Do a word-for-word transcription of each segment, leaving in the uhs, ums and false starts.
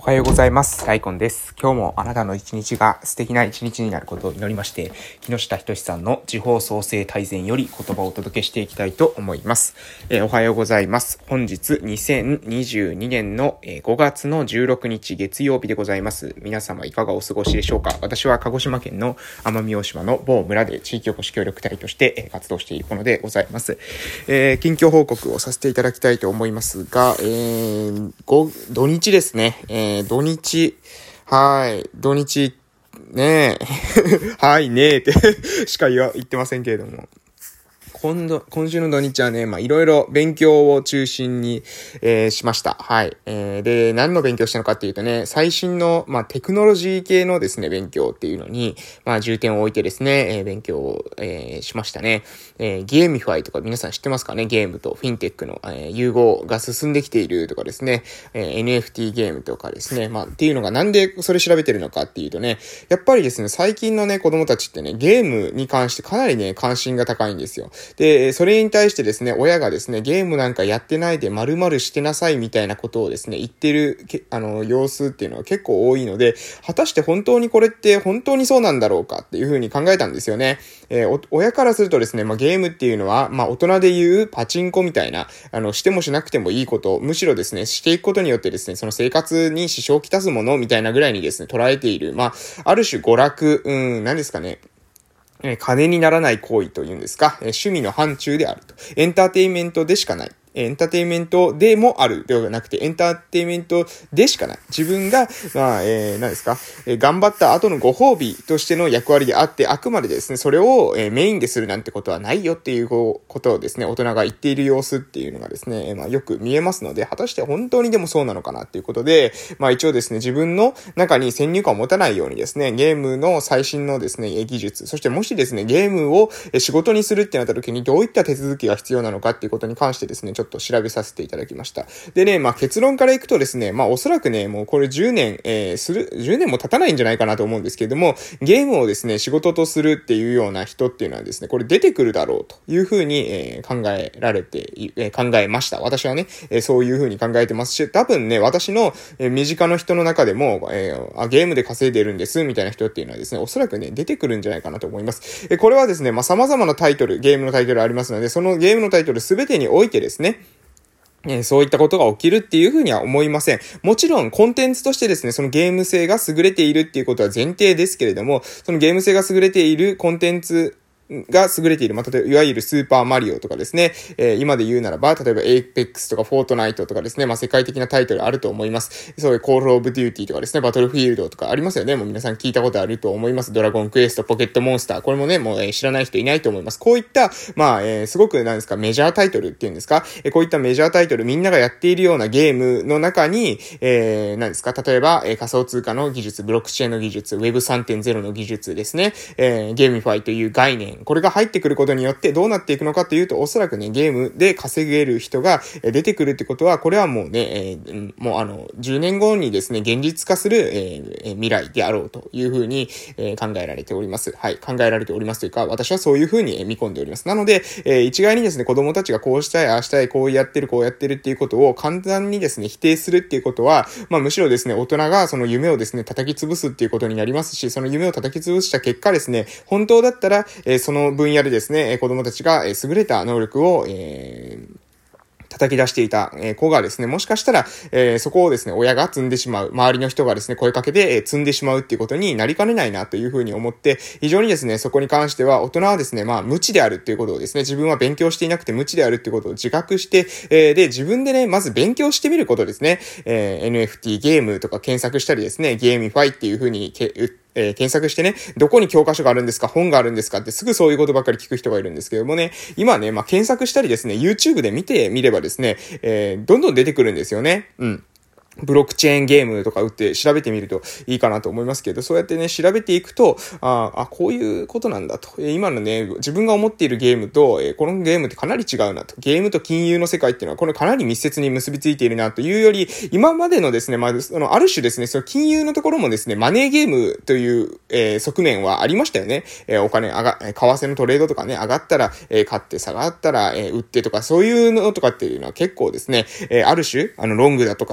おはようございます。ライコンです。今日もあなたの一日が素敵な一日になることを祈りまして、木下仁さんの地方創生大全より言葉をお届けしていきたいと思います。えー、おはようございます。本日にせんにじゅうにねんのごがつのじゅうろくにち月曜日でございます。皆様いかがお過ごしでしょうか。私は鹿児島県の奄美大島の某村で地域おこし協力隊として活動しているものでございます。えー、近況報告をさせていただきたいと思いますが、えー、ご土日ですね。えー土日、はい、土日、ねえ、はいねえってしか言ってませんけれども。今度、今週の土日はね、まあ、いろいろ勉強を中心に、えー、しました。はい。えー、で、何の勉強したのかっていうとね、最新の、まあ、テクノロジー系のですね、勉強っていうのに、まあ、重点を置いてですね、えー、勉強を、えー、しましたね。えー、ゲーミファイとか皆さん知ってますかね？ゲームとフィンテックの、えー、融合が進んできているとかですね、えー、エヌエフティー ゲームとかですね、まあ、っていうのがなんでそれ調べてるのかっていうとね、やっぱりですね、最近のね、子供たちってね、ゲームに関してかなりね、関心が高いんですよ。で、それに対してですね、親がですね、ゲームなんかやってないで丸々してなさいみたいなことをですね、言ってる、あの、様子っていうのは結構多いので、果たして本当にこれって本当にそうなんだろうかっていうふうに考えたんですよね。えー、親からするとですね、まあ、ゲームっていうのは、まあ、大人で言うパチンコみたいな、あの、してもしなくてもいいこと、むしろですね、していくことによってですね、その生活に支障をきたすものみたいなぐらいにですね、捉えている、まあ、ある種娯楽、うん、何ですかね。金にならない行為というんですか、趣味の範疇であると。エンターテインメントでしかない。エンターテインメントでもあるではなくて、エンターテインメントでしかない。自分が、まあ、えー、何ですか、えー、頑張った後のご褒美としての役割であって、あくまでですね、それを、えー、メインでするなんてことはないよっていうことをですね、大人が言っている様子っていうのがですね、まあ、よく見えますので、果たして本当にでもそうなのかなっていうことで、まあ、一応ですね、自分の中に先入観を持たないようにですね、ゲームの最新のですね、技術、そしてもしですね、ゲームを仕事にするってなった時にどういった手続きが必要なのかっていうことに関してですね、ちょっと調べさせていただきました。でね、まあ結論からいくとですね、まあおそらくね、もうこれじゅうねん、えー、する、じゅうねんも経たないんじゃないかなと思うんですけれども、ゲームをですね、仕事とするっていうような人っていうのはですね、これ出てくるだろうというふうに、えー、考えられて、えー、考えました。私はね、えー、そういうふうに考えてますし、多分ね、私の、えー、身近の人の中でも、えーあ、ゲームで稼いでるんですみたいな人っていうのはですね、おそらくね、出てくるんじゃないかなと思います。えー、これはですね、まあ様々なタイトル、ゲームのタイトルありますので、そのゲームのタイトルすべてにおいてですね、えー、そういったことが起きるっていうふうには思いません。もちろんコンテンツとしてですね、そのゲーム性が優れているっていうことは前提ですけれども、そのゲーム性が優れているコンテンツが優れている。まあ、例えば、いわゆるスーパーマリオとかですね、えー、今で言うならば、例えば、エイペックスとかフォートナイトとかですね、まあ、世界的なタイトルあると思います。そういうコールオブデューティーとかですね、バトルフィールドとかありますよね。もう皆さん聞いたことあると思います。ドラゴンクエスト、ポケットモンスター。これもね、もう、えー、知らない人いないと思います。こういった、まあ、えー、すごく、なんですか、メジャータイトルっていうんですか、えー、こういったメジャータイトル、みんながやっているようなゲームの中に、えー、何ですか、例えば、えー、仮想通貨の技術、ブロックチェーンの技術、ウェブさんてんゼロ の技術ですね、えー、ゲーミファイという概念、これが入ってくることによってどうなっていくのかというと、おそらくね、ゲームで稼げる人が出てくるってことは、これはもうね、えー、もうあの、じゅうねんごにですね、現実化する、えー、未来であろうというふうに、えー、考えられております。はい、考えられておりますというか、私はそういうふうに見込んでおります。なので、えー、一概にですね、子供たちがこうしたい、ああしたい、こうやってる、こうやってるっていうことを簡単にですね、否定するっていうことは、まあむしろですね、大人がその夢をですね、叩き潰すっていうことになりますし、その夢を叩き潰した結果ですね、本当だったら、えー、その分野でですね、子供たちが優れた能力を、えー叩き出していた子がですね、もしかしたら、えー、そこをですね、親が積んでしまう、周りの人がですね、声かけで、えー、積んでしまうっていうことになりかねないなというふうに思って、非常にですね、そこに関しては、大人はですね、まあ、無知であるっていうことをですね、自分は勉強していなくて無知であるっていうことを自覚して、えー、で、自分でね、まず勉強してみることですね、えー、エヌエフティー ゲームとか検索したりですね、ゲーミファイっていうふうにけ、えー、検索してね、どこに教科書があるんですか、本があるんですかってすぐそういうことばっかり聞く人がいるんですけどもね、今ね、まあ、検索したりですね、YouTube で見てみればですね、えー、どんどん出てくるんですよね。うん。ブロックチェーンゲームとか打って調べてみるといいかなと思いますけど、そうやってね、調べていくと、ああ、こういうことなんだと。えー、今のね、自分が思っているゲームと、えー、このゲームってかなり違うなと。ゲームと金融の世界っていうのは、これかなり密接に結びついているなというより、今までのですね、まあ、その、ある種ですね、その金融のところもですね、マネーゲームという、えー、側面はありましたよね。えー、お金上が、為替のトレードとかね、上がったら、えー、買って下がったら、えー、売ってとか、そういうのとかっていうのは結構ですね、えー、ある種、あの、ロングだとかショートだとか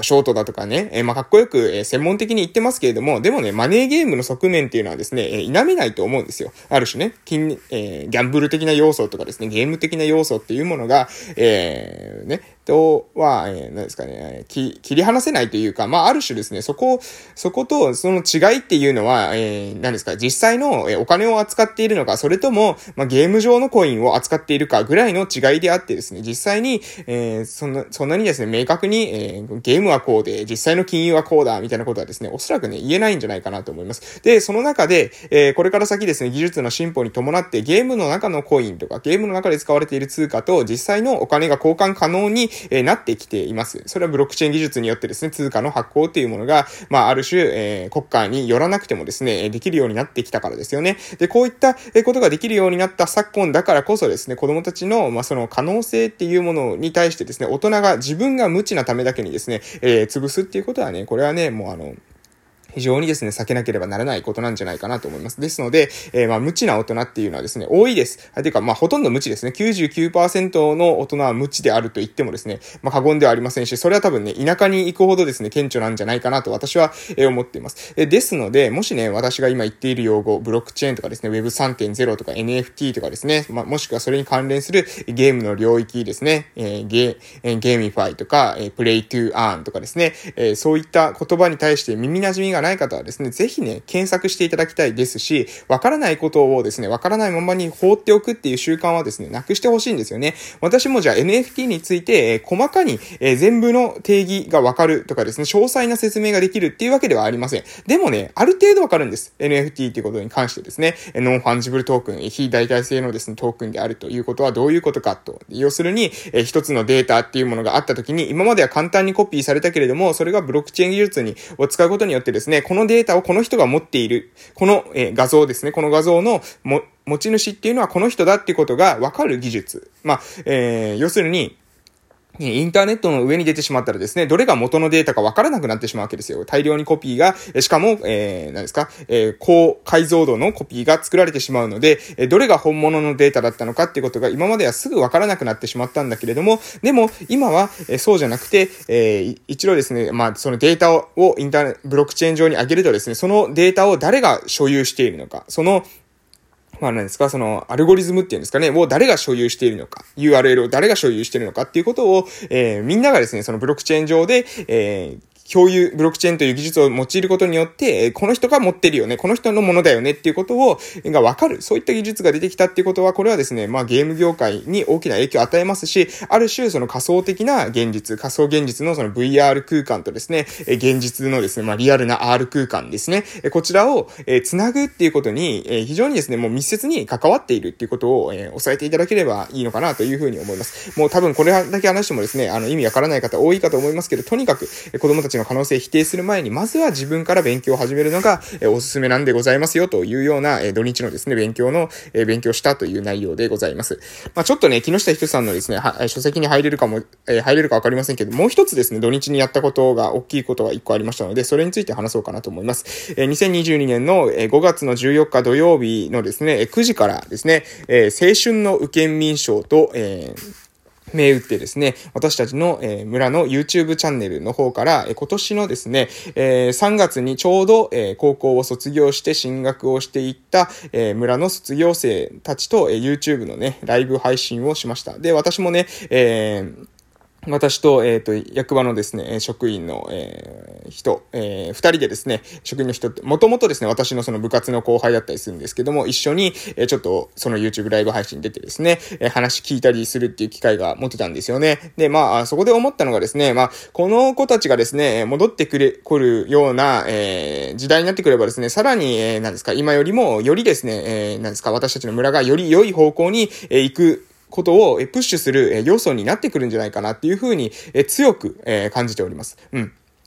とかね、えー、まあ、かっこよく、えー、専門的に言ってますけれども、でもね、マネーゲームの側面っていうのはですね、えー、否めないと思うんですよ。ある種ね、金、えー、ギャンブル的な要素とかですね、ゲーム的な要素っていうものが、えー、ね、とは、えー、何ですかね、き、切り離せないというか、まあ、ある種ですね、そこ、そことその違いっていうのは、えー、何ですか、実際の、えー、お金を扱っているのか、それとも、まあ、ゲーム上のコインを扱っているかぐらいの違いであってですね、実際に、えー、そんな、そんなにですね、明確に、えー、ゲームはこうで、実際の金融はこうだ、みたいなことはですね、おそらくね、言えないんじゃないかなと思います。で、その中で、えー、これから先ですね、技術の進歩に伴って、ゲームの中のコインとか、ゲームの中で使われている通貨と、実際のお金が交換可能に、えー、なってきています。それはブロックチェーン技術によってですね、通貨の発行っていうものが、まあ、ある種、えー、国家によらなくてもですね、できるようになってきたからですよね。で、こういったことができるようになった昨今だからこそですね、子供たちの、まあ、その可能性っていうものに対してですね、大人が自分が無知なためだけにですね、えー、潰すっていうことはね、これはね、もうあの、非常にですね、避けなければならないことなんじゃないかなと思います。ですので、えー、まあ、無知な大人っていうのはですね、多いです。ていうか、まあ、ほとんど無知ですね。きゅうじゅうきゅうパーセント の大人は無知であると言ってもですね、まあ、過言ではありませんし、それは多分ね、田舎に行くほどですね、顕著なんじゃないかなと私は、えー、思っています。えー、ですので、もしね、私が今言っている用語、ブロックチェーンとかですね、ウェブさんてんゼロ とか エヌエフティー とかですね、まあ、もしくはそれに関連するゲームの領域ですね、えー、ゲー、ゲーミファイとか、えー、プレイトゥーアーンとかですね、えー、そういった言葉に対して耳馴染みがない方はですね、ぜひね、検索していただきたいですし、わからないことをですね、わからないままに放っておくっていう習慣はですね、なくしてほしいんですよね。私もじゃあ エヌエフティー について、えー、細かに、えー、全部の定義がわかるとかですね、詳細な説明ができるっていうわけではありません。でもね、ある程度わかるんです。エヌエフティー っていうことに関してですね、ノンファンジブルトークン、非代替性のですね、トークンであるということはどういうことかと。要するに、えー、一つのデータっていうものがあったときに、今までは簡単にコピーされたけれども、それがブロックチェーン技術にを使うことによってですね、このデータをこの人が持っている、この、えー、画像ですね、この画像のも持ち主っていうのはこの人だっていうことがわかる技術。まあ、えー、要するに、インターネットの上に出てしまったらですね、どれが元のデータかわからなくなってしまうわけですよ。大量にコピーが、しかも、えー、何ですか、えー、高解像度のコピーが作られてしまうので、どれが本物のデータだったのかっていうことが今まではすぐわからなくなってしまったんだけれども、でも今は、えー、そうじゃなくて、えー、一度ですね、まあそのデータをインターネット、ブロックチェーン上に上げるとですね、そのデータを誰が所有しているのか、そのまあ何ですか、そのアルゴリズムっていうんですかね、を誰が所有しているのか、ユーアールエル を誰が所有しているのかっていうことを、えー、みんながですね、そのブロックチェーン上で、えー共有、ブロックチェーンという技術を用いることによって、この人が持ってるよね、この人のものだよねっていうことを、がわかる。そういった技術が出てきたっていうことは、これはですね、まあゲーム業界に大きな影響を与えますし、ある種その仮想的な現実、仮想現実のその ブイアール 空間とですね、現実のですね、まあリアルな R 空間ですね、こちらをつなぐっていうことに、非常にですね、もう密接に関わっているっていうことを押さえていただければいいのかなというふうに思います。もう多分これだけ話してもですね、あの意味わからない方多いかと思いますけど、とにかく子供たちの可能性を否定する前に、まずは自分から勉強を始めるのが、えー、おすすめなんでございますよというような、えー、土日のですね、勉強の、えー、勉強したという内容でございます。まあちょっとね、木下ひとしさんのですね、は書籍に入れるかも、えー、入れるかわかりませんけど、もう一つですね、土日にやったことが、大きいことが一個ありましたので、それについて話そうかなと思います。えー、にせんにじゅうにねんのごがつのじゅうよっか土曜日のですね、くじからですね、えー、青春の右県民賞と、えー銘打ってですね、私たちの、えー、村の YouTube チャンネルの方から、えー、今年のですね、えー、さんがつにちょうど、えー、高校を卒業して進学をしていった、えー、村の卒業生たちと、えー、YouTube のね、ライブ配信をしました。で、私もね、えー私と、えっと、役場のですね、職員の、えー、人、えー、二人でですね、職員の人って、もともとですね、私のその部活の後輩だったりするんですけども、一緒に、えー、ちょっと、その YouTube ライブ配信に出てですね、えー、話聞いたりするっていう機会が持ってたんですよね。で、まあ、そこで思ったのがですね、まあ、この子たちがですね、戻ってくれ、来るような、えー、時代になってくればですね、さらに、えー、なんですか、今よりも、よりですね、えー、なんですか、私たちの村がより良い方向に、えー、行く、ことをプッシュする要素になってくるんじゃないかなっていうふうに強く感じております。うん。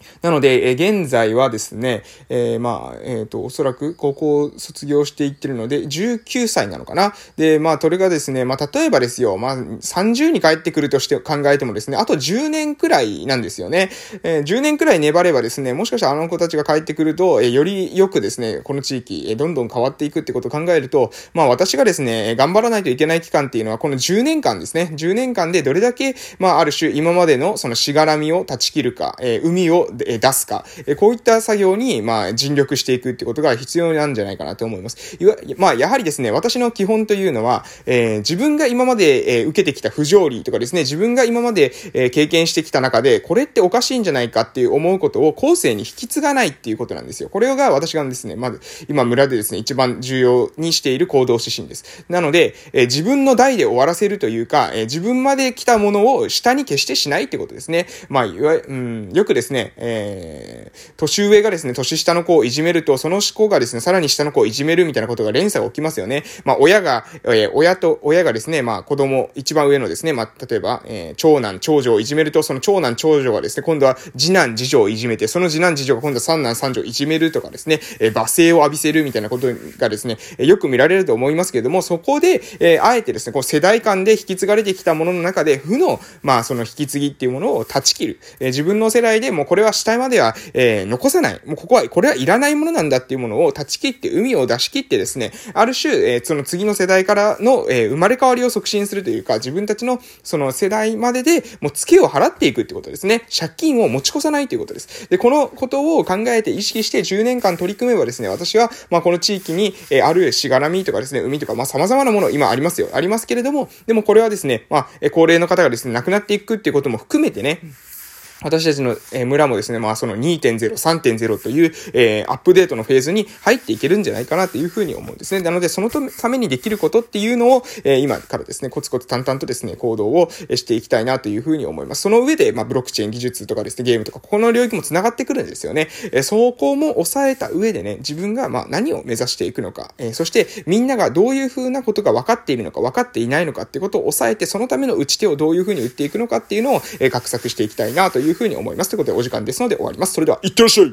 なので、えー、現在はですね、えー、まあ、えっと、おそらく高校を卒業していってるので、じゅうきゅうさいなのかな。で、まあ、それがですね、まあ、例えばですよ、まあ、さんじゅうに帰ってくるとして考えてもですね、あとじゅうねんくらいなんですよね。えー、じゅうねんくらい粘ればですね、もしかしたらあの子たちが帰ってくると、えー、よりよくですね、この地域、えー、どんどん変わっていくってことを考えると、まあ、私がですね、頑張らないといけない期間っていうのは、このじゅうねんかんですね。じゅうねんかんでどれだけ、まあ、ある種、今までのそのしがらみを断ち切るか、えー、海を出すか、えー、こういった作業に、まあ、尽力していくってことが必要なんじゃないかなと思います。いわ、まあ、やはりですね、私の基本というのは、えー、自分が今まで、えー、受けてきた不条理とかですね、自分が今まで、えー、経験してきた中で、これっておかしいんじゃないかっていう思うことを後世に引き継がないっていうことなんですよ。これが私がですね、まず、今村でですね、一番重要にしている行動指針です。なので、えー、自分の代で終わらせるというか、えー、自分まで来たものを下に決してしないってことですね。まあ、いわゆる、うん、よくですね、えー、年上がですね、年下の子をいじめると、その子がですね、さらに下の子をいじめるみたいなことが連鎖が起きますよね。まあ、親が、えー、親と、親がですね、まあ、子供、一番上のですね、まあ、例えば、えー、長男、長女をいじめると、その長男、長女がですね、今度は次男、次女をいじめて、その次男、次女が今度は三男、三女をいじめるとかですね、えー、罵声を浴びせるみたいなことがですね、えー、よく見られると思いますけれども、そこで、えー、あえてですね、こう世代間で引き継がれてきたものの中で、負の、まあ、その引き継ぎっていうものを断ち切る。えー、自分の世代でもうこれは下までは、えー、残さない。もうここは、これはいらないものなんだっていうものを断ち切って、海を出し切ってですね、ある種、えー、その次の世代からの、えー、生まれ変わりを促進するというか、自分たちのその世代まででもうツケを払っていくってことですね。借金を持ち越さないということです。で、このことを考えて意識してじゅうねんかん取り組めばですね、私は、まあこの地域に、えー、あるしがらみとかですね、海とか、まあ様々なもの今ありますよ。ありますけれども、でもこれはですね、まあ、えー、高齢の方がですね、亡くなっていくっていうことも含めてね、私たちの村もですね、まあその にてんゼロ、さんてんゼロ という、えー、アップデートのフェーズに入っていけるんじゃないかなというふうに思うんですね。なのでそのためにできることっていうのを、えー、今からですね、コツコツ淡々とですね、行動をしていきたいなというふうに思います。その上で、まあブロックチェーン技術とかですね、ゲームとか、ここの領域も繋がってくるんですよね。えー、そこも抑えた上でね、自分がまあ何を目指していくのか、えー、そしてみんながどういうふうなことが分かっているのか、分かっていないのかっていうことを抑えて、そのための打ち手をどういうふうに打っていくのかっていうのを、えー、画策していきたいなというふうに思います。ということでお時間ですので終わります。それでは、いってらっしゃい。